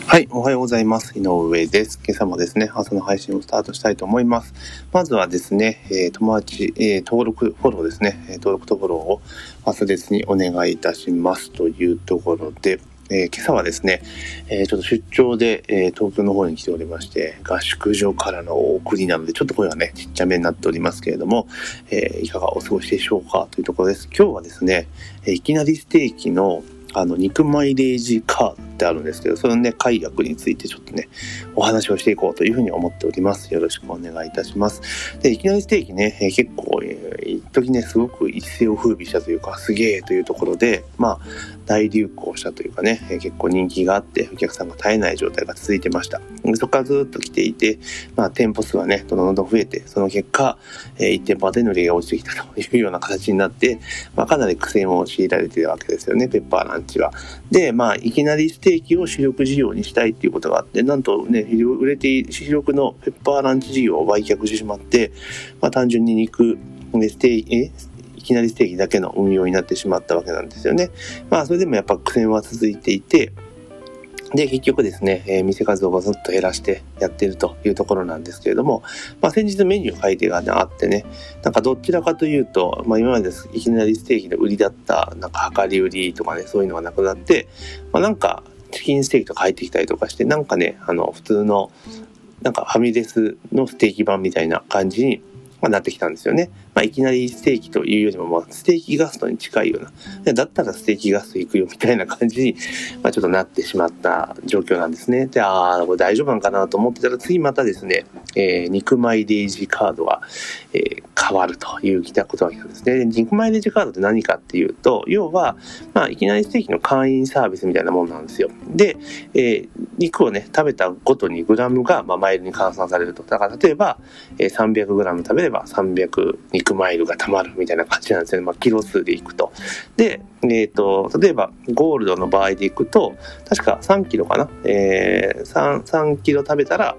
はい、おはようございます。井上です。今朝もですね、朝の配信をスタートしたいと思います。まずはですね、友達、登録、フォローですね、登録とフォローを忘れずにお願いいたしますというところで、今朝はですね、ちょっと出張で、東京の方に来ておりまして、合宿所からのお送りなので、ちょっと声がね、ちっちゃめになっておりますけれども、いかがお過ごしでしょうかというところです。今日はですね、いきなりステーキの肉マイレージカードってあるんですけど、そのね、解約についてちょっとね、お話をしていこうというふうに思っております。よろしくお願いいたします。で、いきなりステーキね、結構、一時ね、すごく一世を風靡したというか、すげえというところで、大流行したというかね、結構人気があって、お客さんが絶えない状態が続いてました。そこからずっと来ていて、店舗数はね、どんどん増えて、その結果、1店舗での売り上げが落ちてきたというような形になって、かなり苦戦を強いられているわけですよね、ペッパーランチは。で、いきなりステーキを主力事業にしたいっていうことがあって、なんとね、売れている主力のペッパーランチ事業を売却してしまって、単純に肉でいきなりステーキだけの運用になってしまったわけなんですよね。それでもやっぱ苦戦は続いていて、で、結局ですね、店数をずっと減らしてやっているというところなんですけれども、先日メニュー改定が、あってね、どちらかというと、今までいきなりステーキの売りだった、量り売りとかね、そういうのがなくなって、チキンステーキとか入ってきたりとかして、普通の、ファミレスのステーキ版みたいな感じに、なってきたんですよね。いきなりステーキというよりも、ステーキガストに近いような、だったらステーキガスト行くよみたいな感じに、ちょっとなってしまった状況なんですね。で、これ大丈夫なのかなと思ってたら、次またですね、肉マイレージカードが、変わるということが来たんですね。肉マイレージカードって何かっていうと、要は、いきなりステーキの会員サービスみたいなもんなんですよ。で、肉をね、食べたごとにグラムが、マイルに換算されると。だから例えば、300グラム食べれば300肉マイルが貯まるみたいな感じなんですよね。キロ数でいくと。で、例えばゴールドの場合でいくと、確か3キロかな。3キロ食べたら、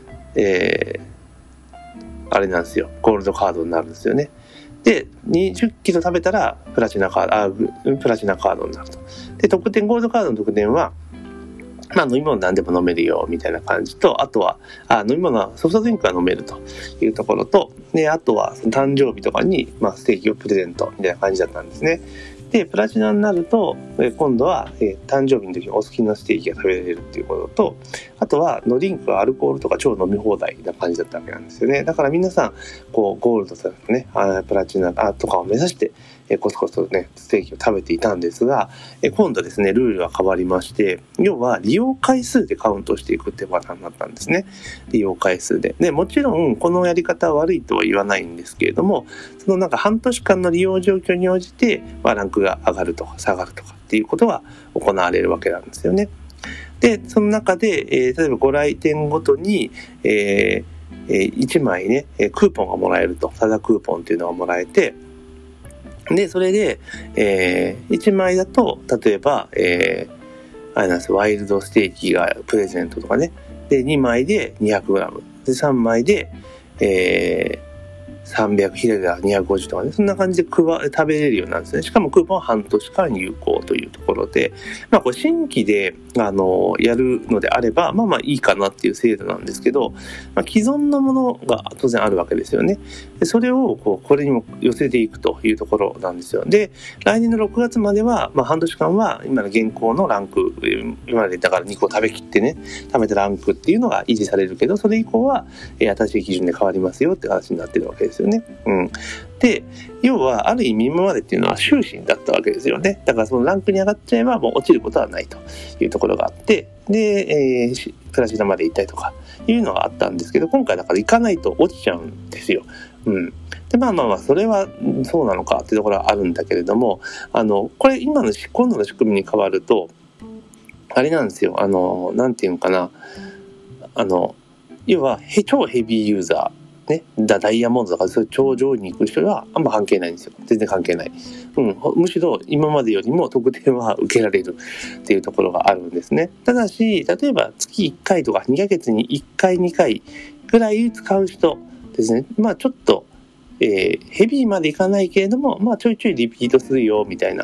あれなんですよ。ゴールドカードになるんですよね。で、20キロ食べたらプラチナカードになると。で、ゴールドカードの特典は、飲み物何でも飲めるよみたいな感じと、あとは飲み物はソフトドリンクは飲めるというところと、で、あとは誕生日とかにステーキをプレゼントみたいな感じだったんですね。で、プラチナになると今度は誕生日の時にお好きなステーキが食べられるっていうことと、あとはドリンクはアルコールとか超飲み放題な感じだったわけなんですよね。だから皆さんゴールドとかね、プラチナとかを目指してコツコツとねステーキを食べていたんですが、今度ですねルールが変わりまして、要は利用回数でカウントしていくってパターンになったんですね。利用回数で。で、もちろんこのやり方は悪いとは言わないんですけれども、その半年間の利用状況に応じてランクが上がるとか下がるとかっていうことが行われるわけなんですよね。で、その中で、例えばご来店ごとに、1枚ねクーポンがもらえると、ただクーポンっていうのがもらえて、でそれで、1枚だと例えば、あれなんです、ワイルドステーキがプレゼントとかね。で2枚で 200g で3枚で、300ヒレが250とかね、そんな感じで食べれるようなんですね。しかもクーポンは半年間有効というところで、これ新規でやるのであればいいかなっていう制度なんですけど、既存のものが当然あるわけですよね。でそれをこれにも寄せていくというところなんですよ。で、来年の6月までは半年間は今の現行のランク、今までだから肉を食べきってね食べたランクっていうのが維持されるけど、それ以降は新しい基準で変わりますよって話になってるわけですよね。で、要はある意味今までっていうのは終身だったわけですよね。だからそのランクに上がっちゃえばもう落ちることはないというところがあって、で、プラチナまで行ったりとかいうのがあったんですけど、今回だから行かないと落ちちゃうんですよ。でそれはそうなのかっていうところはあるんだけれども、これ今度の仕組みに変わるとあれなんですよ。なんていうのかな、要は超ヘビーユーザーね、ダイヤモンドとかそういう頂上に行く人はあんま関係ないんですよ。全然関係ない。むしろ今までよりも特典は受けられるっていうところがあるんですね。ただし、例えば月1回とか2ヶ月に1回2回ぐらい使う人ですね。ちょっと、ヘビーまでいかないけれども、ちょいちょいリピートするよみたいな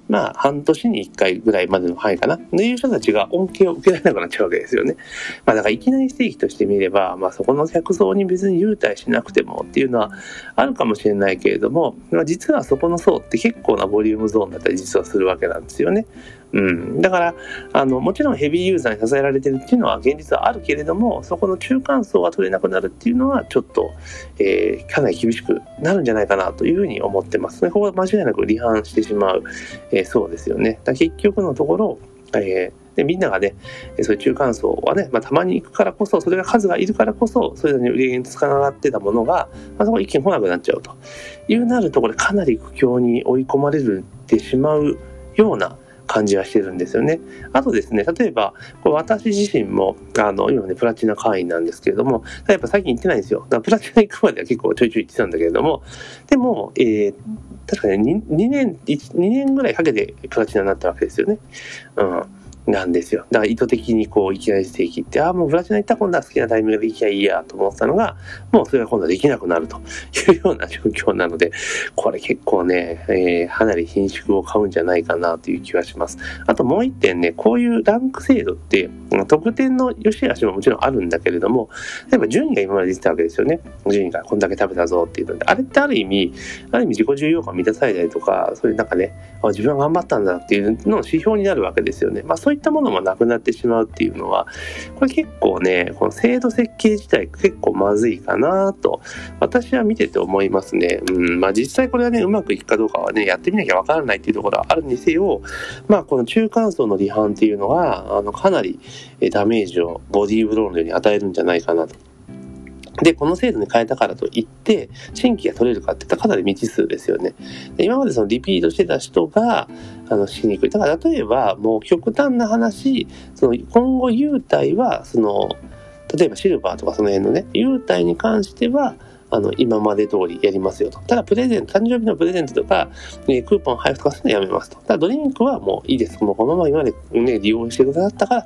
半年に1回ぐらいまでの範囲かなという人たちが恩恵を受けられなくなっちゃうわけですよね。だからいきなりステーキとしてみれば、そこの客層に別に優待しなくてもっていうのはあるかもしれないけれども、実はそこの層って結構なボリュームゾーンだったり実はするわけなんですよね。だからもちろんヘビーユーザーに支えられてるっていうのは現実はあるけれども、そこの中間層が取れなくなるっていうのはちょっと、かなり厳しくなるんじゃないかなというふうに思ってますね。ここは間違いなく離反してしまう、そうですよね。だ結局のところ、でみんながねそういう中間層はね、たまに行くからこそ、それが数がいるからこそそれぞれに売り上げにつながってたものが、そこに一気に来なくなっちゃうというなると、これかなり苦境に追い込まれてしまうような感じはしてるんですよね。あとですね、例えばこれ私自身も今ねプラチナ会員なんですけれども、やっぱ最近行ってないんですよ。だからプラチナ行くまでは結構ちょいちょい行ってたんだけれども、でも、確かに 2年ぐらいかけてプラチナになったわけですよね。なんですよ。だから意図的にいきなりステーキってもうプラチナ行ったら今度は好きなタイミングで行きゃいいやと思ってたのが、もうそれが今度はできなくなるというような状況なので、これ結構ね、かなり品縮を買うんじゃないかなという気はします。あともう一点ね、こういうランク制度って特典の良し悪しももちろんあるんだけれども、例えば順位が今まで出てたわけですよね。順位がこんだけ食べたぞっていうので、あれってある意味自己重要感を満たされたりとか、そういう自分は頑張ったんだっていうのの指標になるわけですよね。そういったものもなくなってしまうっていうのは、これ結構ね、この制度設計自体結構まずいかなと私は見てて思いますね。実際これはねうまくいくかどうかはねやってみなきゃわからないっていうところはあるにせよ、この中間層の離反っていうのはかなりダメージをボディーブローのように与えるんじゃないかなと。で、この制度に変えたからといって新規が取れるかっていったらかなり未知数ですよね。で、今までそのリピートしてた人がしにくい。だから例えばもう極端な話、今後優待は例えばシルバーとかその辺のね優待に関しては今まで通りやりますよと。ただ誕生日のプレゼントとか、クーポン配布とかするのやめますと。ただドリンクはもういいです。もうこのまま今までね利用してくださったから、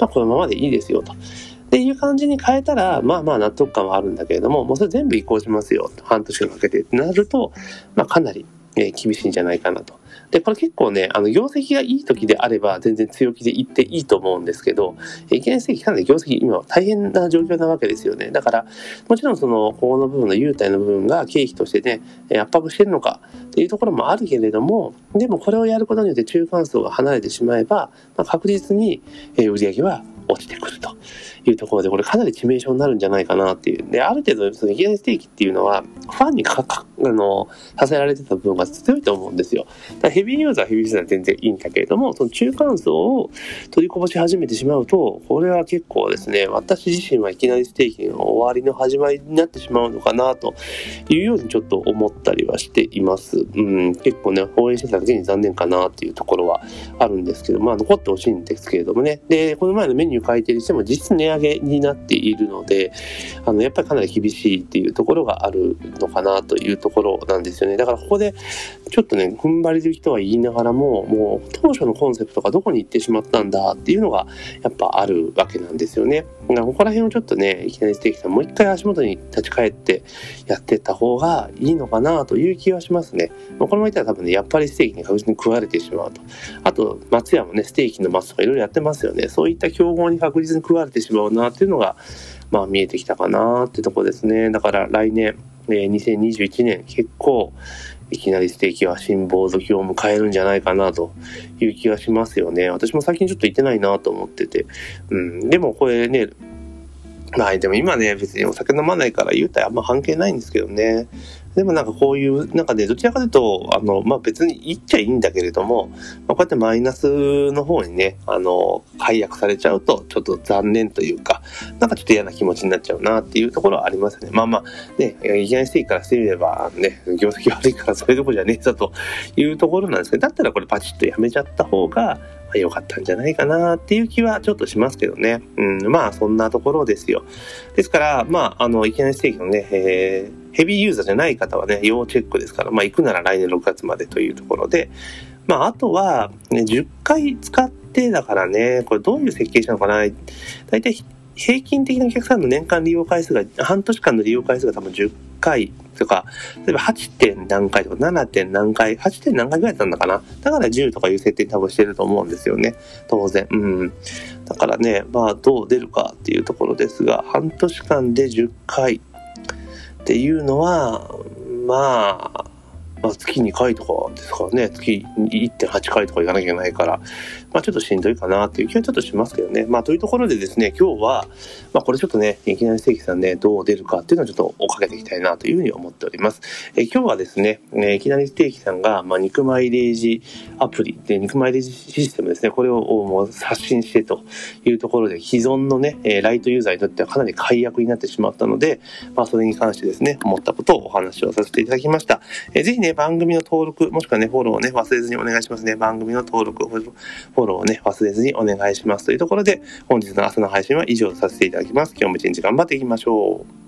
このままでいいですよと。っていう感じに変えたら納得感はあるんだけれども、もうそれ全部移行しますよ半年かけてってなると、かなり厳しいんじゃないかなと。でこれ結構ね業績がいい時であれば全然強気で言っていいと思うんですけど、いきなりステーキかなり業績今は大変な状況なわけですよね。だからもちろんここの部分の優待の部分が経費としてね圧迫してるのかっていうところもあるけれども、でもこれをやることによって中間層が離れてしまえば、確実に売り上げは落ちてくるというところで、これかなり致命傷になるんじゃないかなっていう。で、ある程度いきなりステーキっていうのはファンにさせられてた部分が強いと思うんですよ。だからヘビーユーザーは全然いいんだけれども、その中間層を取りこぼし始めてしまうと、これは結構ですね、私自身はいきなりステーキの終わりの始まりになってしまうのかなというようにちょっと思ったりはしています。結構ね、応援してただけに残念かなっていうところはあるんですけど、残ってほしいんですけれどもね。で、この前のメニュー改定にしても実質値上げになっているので、やっぱりかなり厳しいっていうところがあるのかなというところなんですよね。だからここでちょっとね踏ん張りで人は言いながらも、もう当初のコンセプトがどこに行ってしまったんだっていうのがやっぱあるわけなんですよね。だからここら辺をちょっとねいきなりステーキさんもう一回足元に立ち返ってやってった方がいいのかなという気はしますね。このままいったら多分ねやっぱりステーキに確実に食われてしまうと。あと松屋もねステーキの松とかいろいろやってますよね。そういった競合に確実に食われてしまうなっていうのが見えてきたかなってとこですね。だから来年2021年結構いきなりステーキは辛抱時を迎えるんじゃないかなという気がしますよね。私も最近ちょっと行ってないなと思ってて、でもこれねでも今ね別にお酒飲まないから言うたらあんま関係ないんですけどね。でもこういうどちらかというと別に言っちゃいいんだけれども、こうやってマイナスの方にね解約されちゃうとちょっと残念というかちょっと嫌な気持ちになっちゃうなっていうところはありますね。ねいきなりステーキからしてみればね業績悪いからそれどころじゃねえぞというところなんですけど、だったらこれパチッとやめちゃった方が良かったんじゃないかなっていう気はちょっとしますけどね。そんなところですよ。ですからいきなりステーキのね、ヘビーユーザーじゃない方はね要チェックですから、行くなら来年6月までというところで、あとは、ね、10回使ってだからね、これどういう設計したのかな。だいたい平均的なお客さんの年間利用回数が半年間の利用回数が多分10 回とか、例えば 8. 点何回とか 7. 点何回、8. 点何回ぐらいだったんだかな。だから10とかいう設定多分してると思うんですよね。当然。だからね、どう出るかっていうところですが、半年間で10回っていうのは、月2回とかですからね、月 1.8 回とか行かなきゃいけないから、ちょっとしんどいかなという気はちょっとしますけどね。というところでですね、今日は、これちょっとね、いきなりステーキさんね、どう出るかっていうのをちょっと追っかけていきたいなというふうに思っております。今日はですね、いきなりステーキさんが、肉マイレージアプリで、肉マイレージシステムですね、これをもう刷新してというところで、既存のね、ライトユーザーにとってはかなり解約になってしまったので、それに関してですね、思ったことをお話をさせていただきました。ぜひね、番組の登録、もしくはね、フォローをね、忘れずにお願いしますね。番組の登録、フォローをね、忘れずにお願いしますというところで、本日の朝の配信は以上とさせていただきます。今日も一日頑張っていきましょう。